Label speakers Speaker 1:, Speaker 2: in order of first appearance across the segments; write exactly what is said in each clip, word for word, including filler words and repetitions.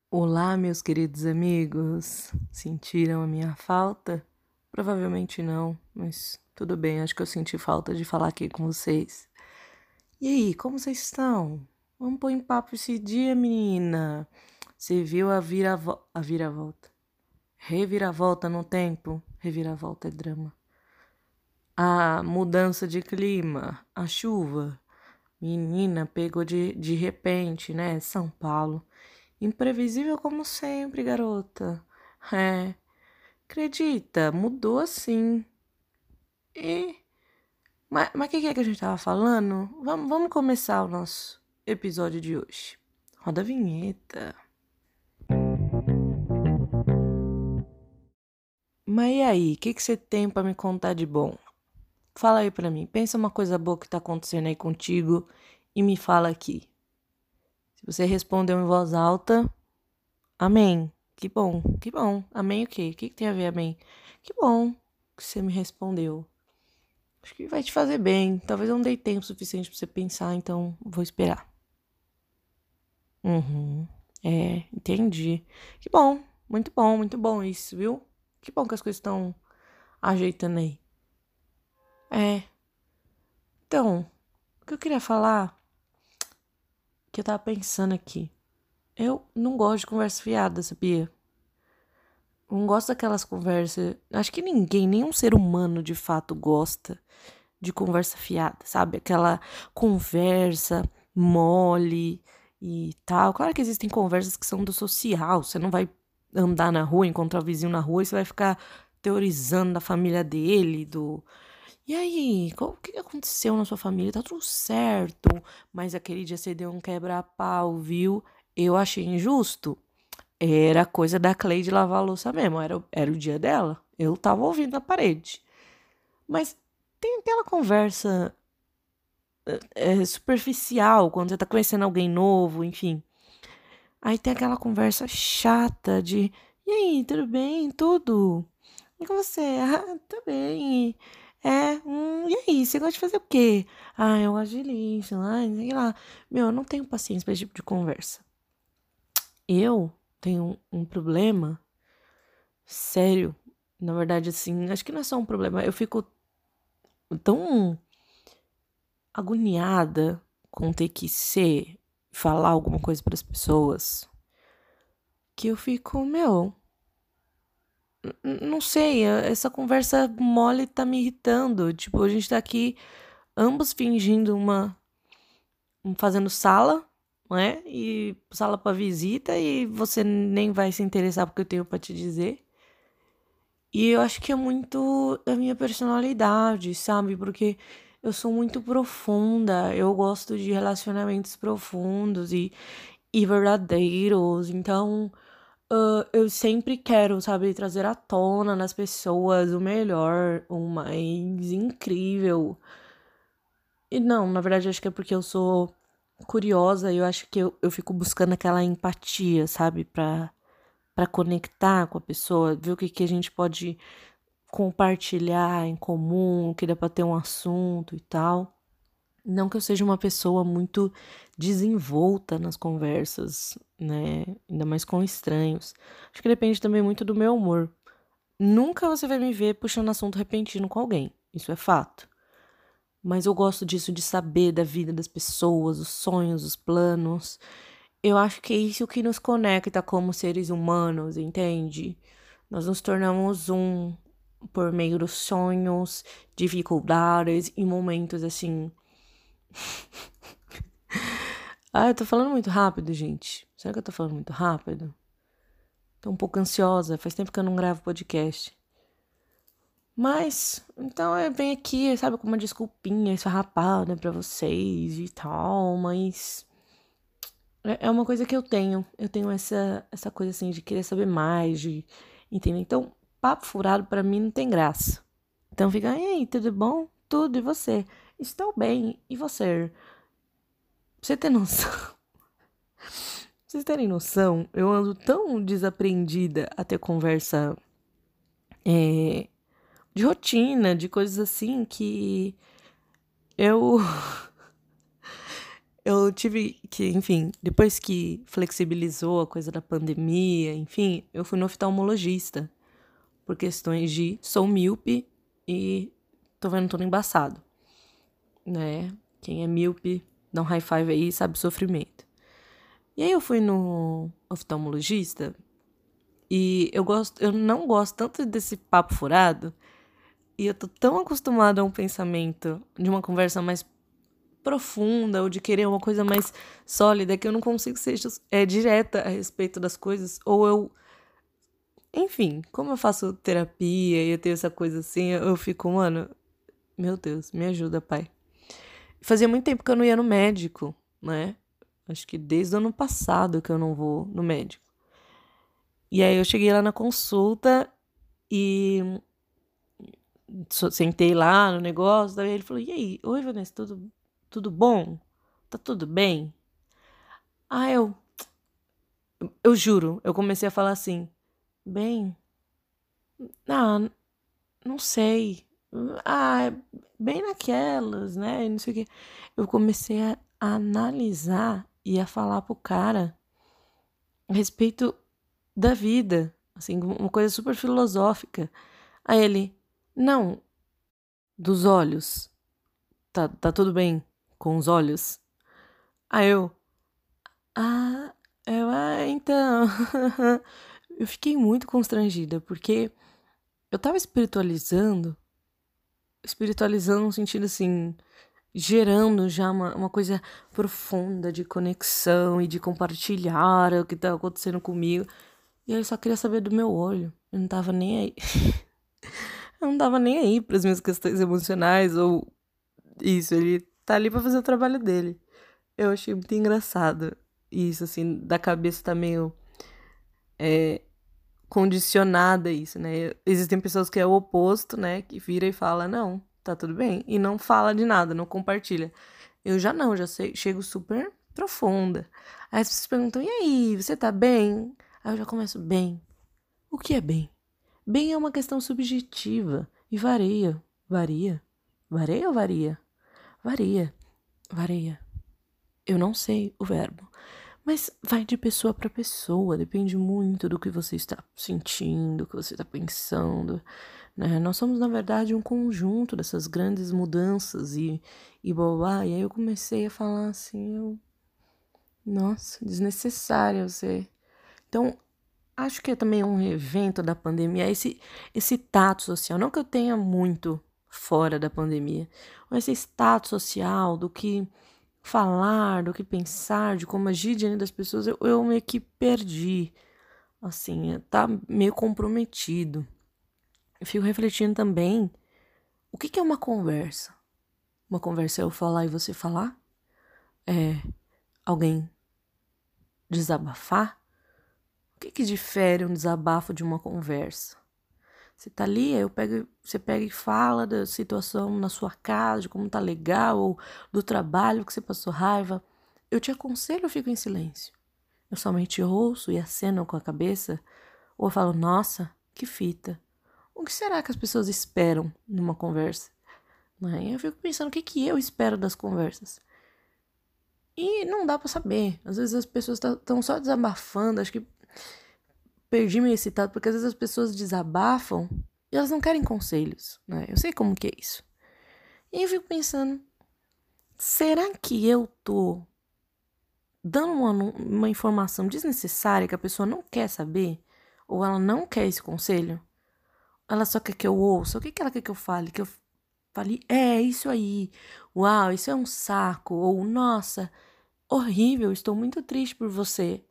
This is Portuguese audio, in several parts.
Speaker 1: Olá, meus queridos amigos. Sentiram a minha falta? Provavelmente não, mas tudo bem, acho que eu senti falta de falar aqui com vocês. E aí, como vocês estão? Vamos pôr em papo esse dia, menina. Você viu a viravolta? A viravolta. Reviravolta no tempo? Reviravolta é drama. A mudança de clima, a chuva. Menina, pegou de, de repente, né? São Paulo. Imprevisível como sempre, garota. É, acredita, mudou assim. E. Mas o que, que é que a gente tava falando? Vamos, vamos começar o nosso episódio de hoje. Roda a vinheta. Mas e aí, o que, que você tem pra me contar de bom? Fala aí pra mim. Pensa uma coisa boa que tá acontecendo aí contigo e me fala aqui. Se você respondeu em voz alta, amém. Que bom, que bom. Amém o quê? O que, que tem a ver amém? Que bom que você me respondeu. Acho que vai te fazer bem. Talvez eu não dei tempo suficiente pra você pensar, então vou esperar. Uhum. É, entendi. Que bom. Muito bom, muito bom isso, viu? Que bom que as coisas estão ajeitando aí. É. Então, o que eu queria falar, que eu tava pensando aqui. Eu não gosto de conversa fiada, sabia? Não gosto daquelas conversas. Acho que ninguém, nenhum ser humano de fato gosta de conversa fiada, sabe? Aquela conversa mole e tal. Claro que existem conversas que são do social. Você não vai andar na rua, encontrar o vizinho na rua e você vai ficar teorizando da família dele, do. E aí, o que aconteceu na sua família? Tá tudo certo, mas aquele dia você deu um quebra-pau, viu? Eu achei injusto. Era coisa da Cleide lavar a louça mesmo, era, era o dia dela. Eu tava ouvindo na parede. Mas tem aquela conversa é, superficial, quando você tá conhecendo alguém novo, enfim. Aí tem aquela conversa chata de: e aí, tudo bem? Tudo? E com você? Ah, tá bem. É, hum, e aí, você gosta de fazer o quê? Ah, eu gosto de lixo, ah, sei lá. Meu, eu não tenho paciência pra esse tipo de conversa. Eu tenho um problema sério. Na verdade, assim, acho que não é só um problema. Eu fico tão agoniada com ter que ser, falar alguma coisa para as pessoas, que eu fico, meu, não sei, essa conversa mole tá me irritando. Tipo, a gente tá aqui ambos fingindo uma, fazendo sala, né? E sala para visita e você nem vai se interessar porque eu tenho para te dizer. E eu acho que é muito da minha personalidade, sabe? Porque eu sou muito profunda, eu gosto de relacionamentos profundos e, e verdadeiros. Então, ah, eu sempre quero, sabe, trazer à tona nas pessoas o melhor, o mais incrível. E não, na verdade, acho que é porque eu sou curiosa e eu acho que eu, eu fico buscando aquela empatia, sabe? Pra, pra conectar com a pessoa, ver o que, que a gente pode compartilhar em comum, que dá pra ter um assunto e tal. Não que eu seja uma pessoa muito desenvolta nas conversas, né? Ainda mais com estranhos. Acho que depende também muito do meu humor. Nunca você vai me ver puxando assunto repentino com alguém. Isso é fato. Mas eu gosto disso de saber da vida das pessoas, os sonhos, os planos. Eu acho que é isso que nos conecta como seres humanos, entende? Nós nos tornamos um por meio dos sonhos, dificuldades e momentos assim. Ah, eu tô falando muito rápido, gente. Será que eu tô falando muito rápido? Tô um pouco ansiosa, faz tempo que eu não gravo podcast. Mas, então eu venho aqui, sabe, com uma desculpinha esfarrapada pra vocês e tal, mas é é uma coisa que eu tenho. Eu tenho essa, essa coisa assim de querer saber mais, de entender. Então, papo furado pra mim não tem graça. Então fica, e aí, tudo bom? Tudo, e você? Estou bem, e você? Pra você ter noção, pra vocês terem noção, eu ando tão desaprendida a ter conversa é, de rotina, de coisas assim, que eu eu tive que, enfim, depois que flexibilizou a coisa da pandemia, enfim, eu fui no oftalmologista por questões de sou míope e tô vendo tudo embaçado, né? Quem é míope, dá um high five aí, sabe o sofrimento. E aí eu fui no oftalmologista e eu gosto, eu não gosto tanto desse papo furado e eu tô tão acostumada a um pensamento de uma conversa mais profunda ou de querer uma coisa mais sólida que eu não consigo ser é, direta a respeito das coisas, ou eu, enfim, como eu faço terapia e eu tenho essa coisa assim, eu fico, mano, meu Deus, me ajuda, pai. Fazia muito tempo que eu não ia no médico, né? Acho que desde o ano passado que eu não vou no médico. E aí eu cheguei lá na consulta e sentei lá no negócio, daí ele falou, e aí, oi Vanessa, tudo, tudo bom? Tá tudo bem? Ah, eu... Eu juro, eu comecei a falar assim, bem... Ah, não sei. Ah, bem naquelas, né? Não sei o quê. Eu comecei a, a analisar e a falar pro cara a respeito da vida, assim, uma coisa super filosófica. Aí ele, não, dos olhos, tá, tá tudo bem com os olhos? Aí eu, ah, eu, ah, então. Eu fiquei muito constrangida, porque eu tava espiritualizando, espiritualizando no sentido assim, gerando já uma, uma coisa profunda de conexão e de compartilhar o que tá acontecendo comigo. E aí eu só queria saber do meu olho. Eu não tava nem aí. Eu não tava nem aí pras minhas questões emocionais ou isso. Ele tá ali pra fazer o trabalho dele. Eu achei muito engraçado. Isso, assim, da cabeça tá meio é, condicionada a isso, né? Existem pessoas que é o oposto, né? Que vira e fala, não, tá tudo bem. E não fala de nada, não compartilha. Eu já não, já sei, chego super profunda. Aí as pessoas perguntam, e aí, você tá bem? Aí eu já começo, bem. O que é bem? Bem é uma questão subjetiva e varia. Varia? Varia ou varia? Varia. Varia. Eu não sei o verbo. Mas vai de pessoa para pessoa, depende muito do que você está sentindo, do que você está pensando, né? Nós somos, na verdade, um conjunto dessas grandes mudanças e, e blá, blá. E aí eu comecei a falar assim, eu... Nossa, desnecessário você. Então, acho que é também um evento da pandemia, esse, esse tato social. Não que eu tenha muito fora da pandemia, mas esse status social do que falar, do que pensar, de como agir diante das pessoas, eu, eu meio que perdi. Assim, tá meio comprometido. Eu fico refletindo também, o que, que é uma conversa? Uma conversa é eu falar e você falar? É alguém desabafar? O que, que difere um desabafo de uma conversa? Você tá ali, eu pego, você pega e fala da situação na sua casa, de como tá legal, ou do trabalho que você passou raiva. Eu te aconselho, eu fico em silêncio. Eu somente ouço e aceno com a cabeça, ou eu falo, nossa, que fita. O que será que as pessoas esperam numa conversa? Né? Eu fico pensando, o que, que eu espero das conversas? E não dá pra saber. Às vezes as pessoas estão só desabafando, acho que perdi meu excitado, porque às vezes as pessoas desabafam e elas não querem conselhos, né? Eu sei como que é isso. E eu fico pensando, será que eu tô dando uma, uma informação desnecessária que a pessoa não quer saber? Ou ela não quer esse conselho? Ela só quer que eu ouça? O que, que ela quer que eu fale? Que eu fale, é, isso aí. Uau, isso é um saco. Ou, nossa, horrível, estou muito triste por você.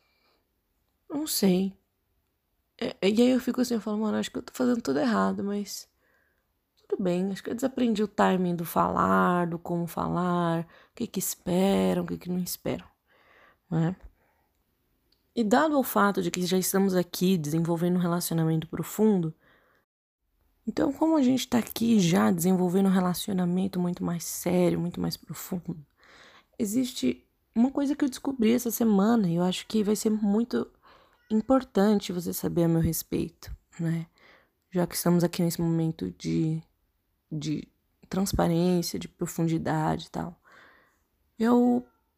Speaker 1: Não sei. É, e aí eu fico assim, eu falo, mano, acho que eu tô fazendo tudo errado, mas tudo bem. Acho que eu desaprendi o timing do falar, do como falar, o que que esperam, o que que não esperam, né? E dado o fato de que já estamos aqui desenvolvendo um relacionamento profundo, então como a gente tá aqui já desenvolvendo um relacionamento muito mais sério, muito mais profundo, existe uma coisa que eu descobri essa semana e eu acho que vai ser muito importante você saber a meu respeito, né? Já que estamos aqui nesse momento de, de transparência, de profundidade e tal. Eu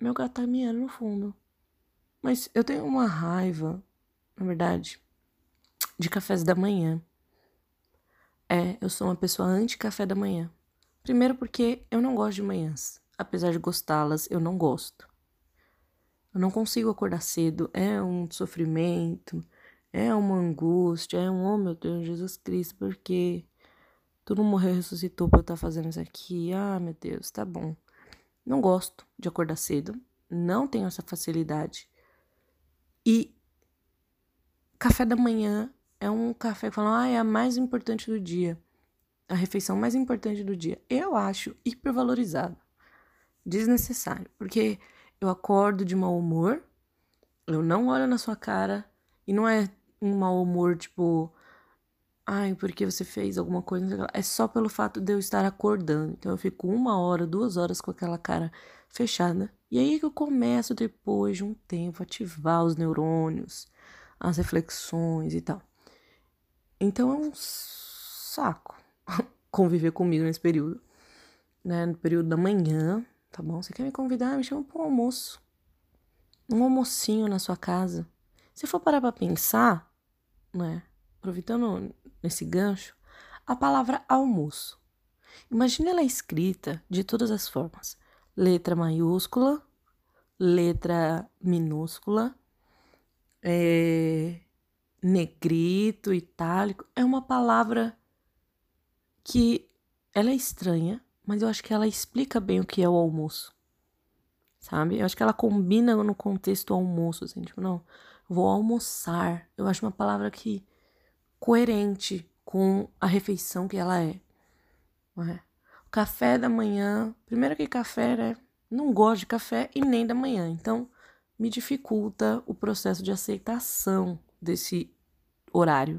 Speaker 1: Meu gato tá miando no fundo. Mas eu tenho uma raiva, na verdade, de cafés da manhã. É, eu sou uma pessoa anti-café da manhã. Primeiro porque eu não gosto de manhãs. Apesar de gostá-las, eu não gosto. Eu não consigo acordar cedo. É um sofrimento, é uma angústia, é um, oh meu Deus, Jesus Cristo, por quê? Tu não morreu e ressuscitou pra eu estar fazendo isso aqui. Ah, meu Deus, tá bom. Não gosto de acordar cedo. Não tenho essa facilidade. E café da manhã é um café que falam, ah, é a mais importante do dia. A refeição mais importante do dia. Eu acho hipervalorizado. Desnecessário. Porque eu acordo de mau humor, eu não olho na sua cara, e não é um mau humor tipo, ai, porque você fez alguma coisa. É só pelo fato de eu estar acordando. Então eu fico uma hora, duas horas com aquela cara fechada. E aí que eu começo, depois de um tempo, a ativar os neurônios, as reflexões e tal. Então é um saco conviver comigo nesse período. Né? No período da manhã, tá bom? Você quer me convidar? Me chama para um almoço. Um almocinho na sua casa. Se for parar pra pensar, né? Aproveitando nesse gancho, a palavra almoço. Imagina ela escrita de todas as formas. Letra maiúscula, letra minúscula, é, negrito, itálico. É uma palavra que ela é estranha, mas eu acho que ela explica bem o que é o almoço. Sabe? Eu acho que ela combina no contexto almoço, assim, tipo, não, vou almoçar. Eu acho uma palavra que coerente com a refeição que ela é. Não é? O café da manhã, primeiro que café, né? Não gosto de café e nem da manhã, então me dificulta o processo de aceitação desse horário.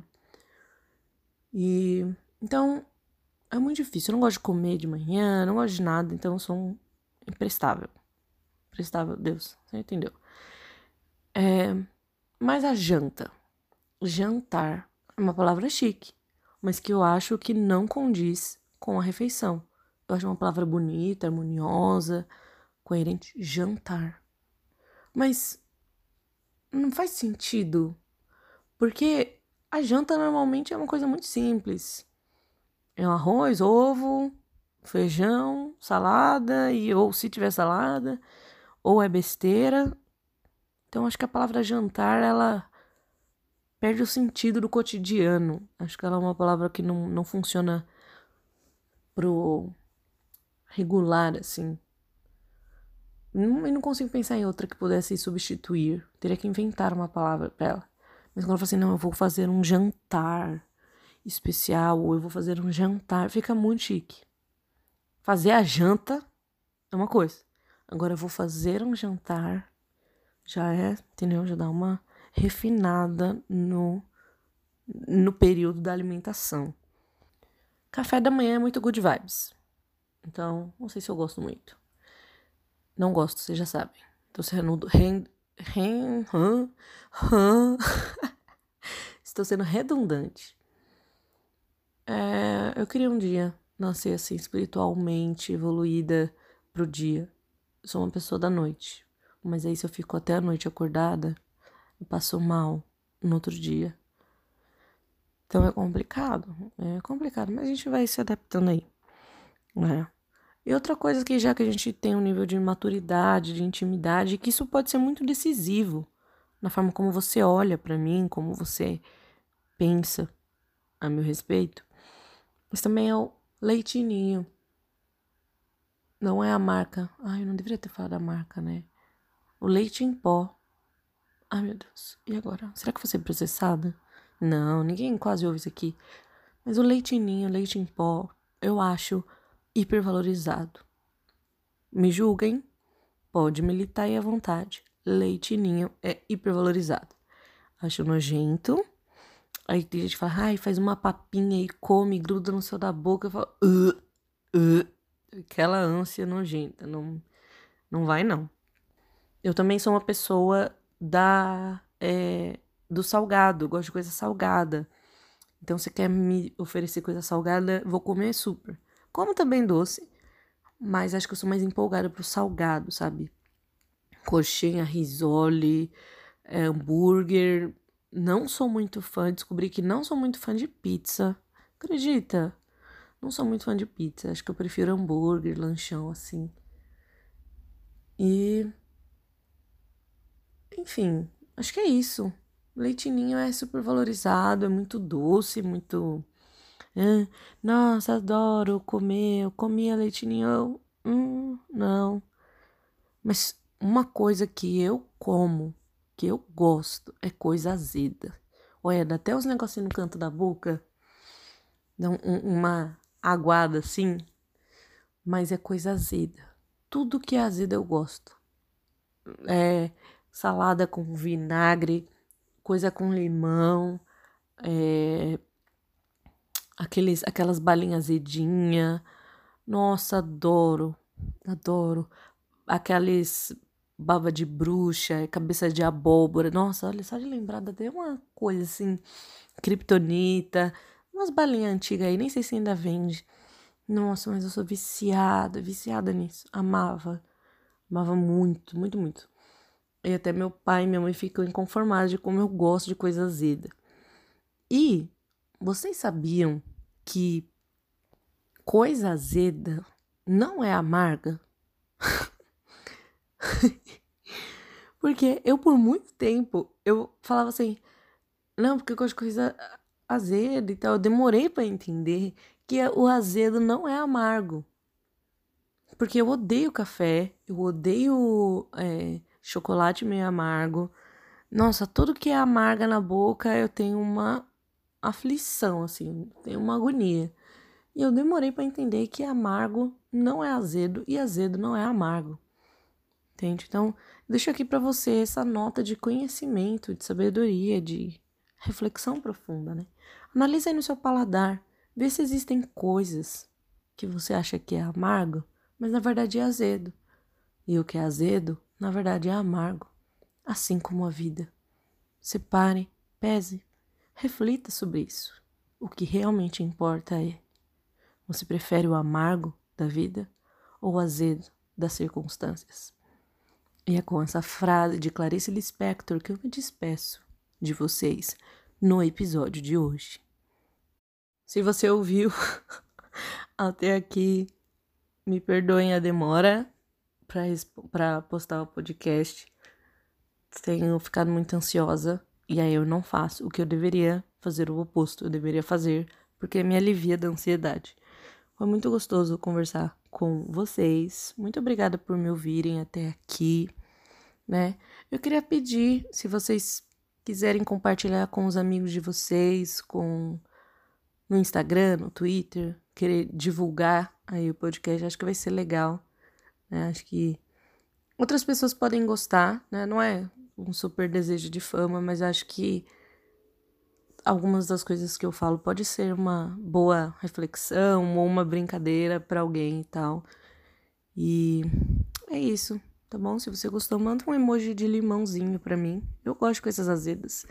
Speaker 1: E então é muito difícil. Eu não gosto de comer de manhã, não gosto de nada, então eu sou um imprestável. Imprestável, Deus, você entendeu? É, mas a janta, jantar, é uma palavra chique, mas que eu acho que não condiz com a refeição. Eu acho uma palavra bonita, harmoniosa, coerente. Jantar. Mas não faz sentido, porque a janta normalmente é uma coisa muito simples. É um arroz, ovo, feijão, salada, e ou se tiver salada, ou é besteira. Então acho que a palavra jantar, ela perde o sentido do cotidiano. Acho que ela é uma palavra que não, não funciona pro regular, assim. Não, eu não consigo pensar em outra que pudesse substituir. Teria que inventar uma palavra pra ela. Mas quando eu falo assim, não, eu vou fazer um jantar especial, ou eu vou fazer um jantar, fica muito chique. Fazer a janta é uma coisa. Agora eu vou fazer um jantar, já é, entendeu? Já dá uma refinada no, no período da alimentação. Café da manhã é muito good vibes. Então, não sei se eu gosto muito. Não gosto, vocês já sabem. Tô sendo... Ren, ren, hum, hum. Estou sendo redundante. É, eu queria um dia nascer assim, espiritualmente evoluída pro dia. Eu sou uma pessoa da noite. Mas aí se eu fico até a noite acordada, eu passo mal no outro dia. Então é complicado. É complicado, mas a gente vai se adaptando aí. Né? E outra coisa que já que a gente tem um nível de maturidade, de intimidade, que isso pode ser muito decisivo na forma como você olha pra mim, como você pensa a meu respeito. Mas também é o leitinho. Não é a marca. Ai, eu não deveria ter falado a marca, né? O leite em pó. Ai, meu Deus. E agora? Será que vou ser processada? Não, ninguém quase ouve isso aqui. Mas o leitinho, leite em pó, eu acho hipervalorizado. Me julguem, pode militar aí à vontade. Leite ninho é hipervalorizado. Acho nojento. Aí tem gente que fala, ai, faz uma papinha e come, gruda no céu da boca. Eu falo, uh, uh. Aquela ânsia nojenta. Não, não vai, não. Eu também sou uma pessoa da, é, do salgado. Gosto de coisa salgada. Então, se quer me oferecer coisa salgada, vou comer super. Como também doce. Mas acho que eu sou mais empolgada pro salgado, sabe? coxinha, risole, é, hambúrguer. Não sou muito fã, descobri que não sou muito fã de pizza. Acredita? Não sou muito fã de pizza, acho que eu prefiro hambúrguer, lanchão, assim. E, enfim, acho que é isso. Leite ninho é super valorizado, é muito doce, muito... Ah, nossa, adoro comer, eu comia leite ninho, eu... Hum, não. Mas uma coisa que eu como, que eu gosto, é coisa azeda. Olha, dá até os negocinhos no canto da boca, dá um- um- uma aguada assim, mas é coisa azeda. Tudo que é azeda eu gosto. É salada com vinagre, coisa com limão, é, aqueles, aquelas balinhas azedinhas. Nossa, adoro, adoro. Aqueles baba de bruxa, cabeça de abóbora. Nossa, olha, só de lembrar dá até uma coisa assim, criptonita, umas balinhas antigas aí, nem sei se ainda vende. Nossa, mas eu sou viciada, viciada nisso. Amava, amava muito, muito, muito. E até meu pai e minha mãe ficam inconformados de como eu gosto de coisa azeda. E vocês sabiam que coisa azeda não é amarga? Porque eu, por muito tempo, eu falava assim, não, porque eu gosto de coisa azeda e tal. Eu demorei pra entender que o azedo não é amargo. Porque eu odeio café, eu odeio é, chocolate meio amargo. Nossa, tudo que é amarga na boca eu tenho uma aflição, assim, tenho uma agonia. E eu demorei pra entender que amargo não é azedo e azedo não é amargo. Entende? Então, deixo aqui pra você essa nota de conhecimento, de sabedoria, de reflexão profunda, né? Analisa aí no seu paladar, vê se existem coisas que você acha que é amargo, mas na verdade é azedo. E o que é azedo, na verdade é amargo. Assim como a vida. Separe, pese, reflita sobre isso. O que realmente importa é: você prefere o amargo da vida ou o azedo das circunstâncias? E é com essa frase de Clarice Lispector que eu me despeço de vocês no episódio de hoje. Se você ouviu até aqui, me perdoem a demora para postar o podcast. Tenho ficado muito ansiosa e aí eu não faço o que eu deveria fazer, o oposto. Eu deveria fazer porque me alivia da ansiedade. Foi muito gostoso conversar com vocês. Muito obrigada por me ouvirem até aqui, né? Eu queria pedir, se vocês quiserem compartilhar com os amigos de vocês, com no Instagram, no Twitter, querer divulgar aí o podcast, acho que vai ser legal, né? Acho que outras pessoas podem gostar, né? Não é um super desejo de fama, mas acho que algumas das coisas que eu falo pode ser uma boa reflexão ou uma brincadeira pra alguém e tal. E é isso, tá bom? Se você gostou, manda um emoji de limãozinho pra mim. Eu gosto de coisas azedas.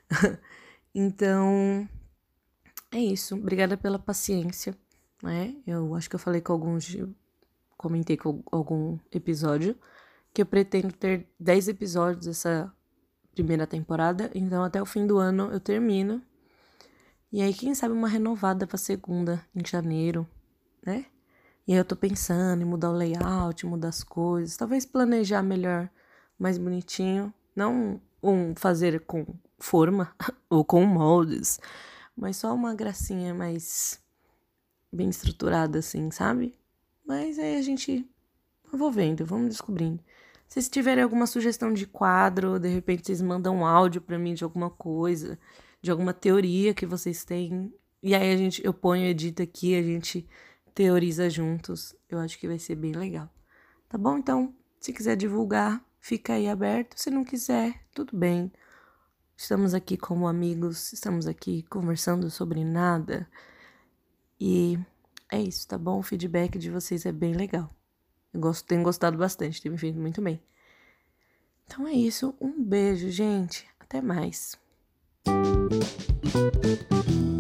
Speaker 1: Então, é isso. Obrigada pela paciência, né? Eu acho que eu falei com alguns... Comentei com algum episódio que eu pretendo ter dez episódios essa primeira temporada, então até o fim do ano eu termino. E aí, quem sabe uma renovada pra segunda, em janeiro, né? E aí eu tô pensando em mudar o layout, mudar as coisas, talvez planejar melhor, mais bonitinho. Não um fazer com forma ou com moldes, mas só uma gracinha mais bem estruturada assim, sabe? Mas aí a gente... Eu vou vendo, vamos descobrindo. Se vocês tiverem alguma sugestão de quadro, de repente vocês mandam um áudio pra mim de alguma coisa, de alguma teoria que vocês têm. E aí a gente, eu ponho, edito aqui, a gente teoriza juntos. Eu acho que vai ser bem legal. Tá bom? Então, se quiser divulgar, fica aí aberto. Se não quiser, tudo bem. Estamos aqui como amigos, estamos aqui conversando sobre nada. E é isso, tá bom? O feedback de vocês é bem legal. Eu gosto, tenho gostado bastante, tem me feito muito bem. Então é isso, um beijo, gente. Até mais.